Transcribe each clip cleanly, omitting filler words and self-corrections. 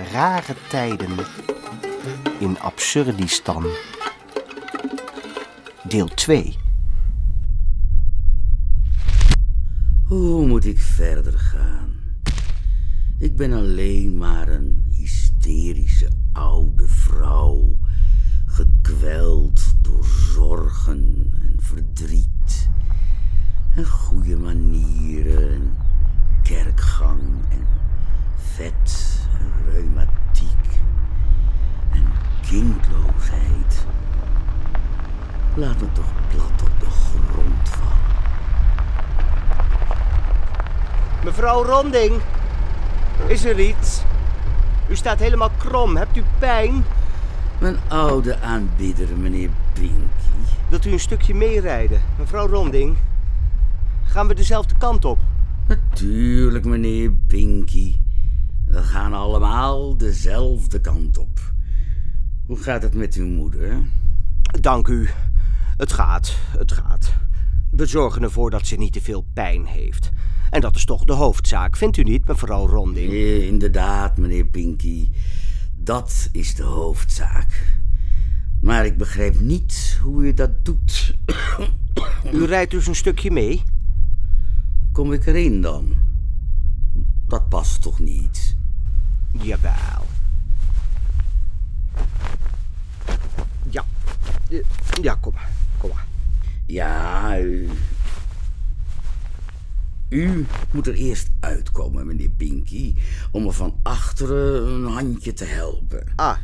Rare tijden in Absurdistan. Deel 2. Hoe moet ik verder gaan? Ik ben alleen maar een hysterische oude vrouw, gekweld door zorgen en verdriet en goede manieren en kerkgang en vet en reumatiek en kindloosheid. Laat me toch plat op de grond vallen. Mevrouw Ronding, is er iets? U staat helemaal krom. Hebt u pijn? Mijn oude aanbidder, meneer Pinky. Wilt u een stukje meerijden? Mevrouw Ronding, gaan we dezelfde kant op? Natuurlijk, meneer Pinky. We gaan allemaal dezelfde kant op. Hoe gaat het met uw moeder? Dank u. Het gaat. We zorgen ervoor dat ze niet te veel pijn heeft. En dat is toch de hoofdzaak, vindt u niet, mevrouw Ronding? Inderdaad, meneer Pinky. Dat is de hoofdzaak. Maar ik begrijp niet hoe u dat doet. U rijdt dus een stukje mee? Kom ik erin dan? Dat past toch niet? Jawel. Ja, kom maar. Ja, u moet er eerst uitkomen, meneer Pinky, om me van achteren een handje te helpen. Ah.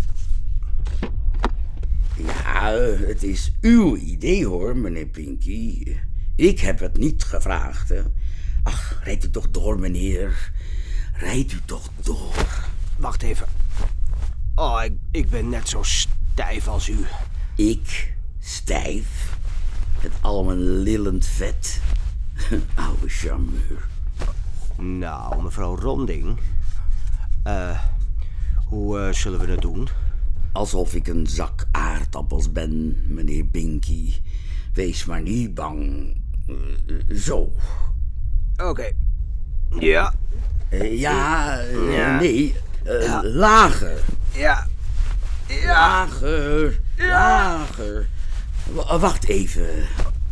Ja, het is uw idee hoor, meneer Pinky. Ik heb het niet gevraagd, hè. Ach, rijdt u toch door, meneer. Rijdt u toch door. Wacht even. Oh, ik ben net zo stijf als u. Ik stijf? Met al mijn lillend vet? Oude charmeur. Nou, mevrouw Ronding. Hoe zullen we dat doen? Alsof ik een zak aardappels ben, meneer Pinky. Wees maar niet bang. Zo. Oké. Ja. Nee. Lager. Ja. Lager. Wacht even.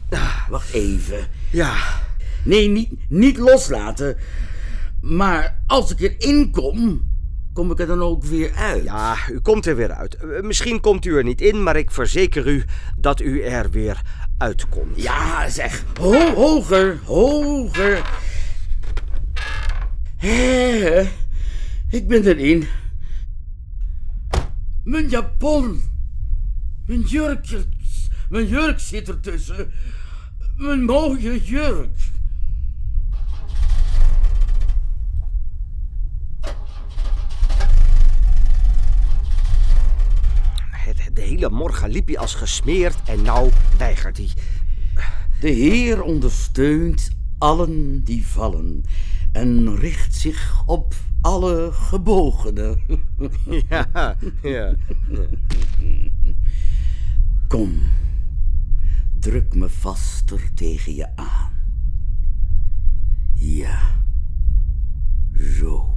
Ja. Nee, niet loslaten. Maar als ik erin kom ik er dan ook weer uit. Ja, u komt er weer uit. Misschien komt u er niet in, maar ik verzeker u dat u er weer uitkomt. Ja, zeg. Hoger. Ik ben erin. Mijn japon. Mijn jurk zit ertussen. Mijn mooie jurk. De hele morgen liep hij als gesmeerd en nou weigert hij. De Heer ondersteunt allen die vallen en richt zich op alle gebogenen. Ja. Kom, druk me vaster tegen je aan. Ja, zo.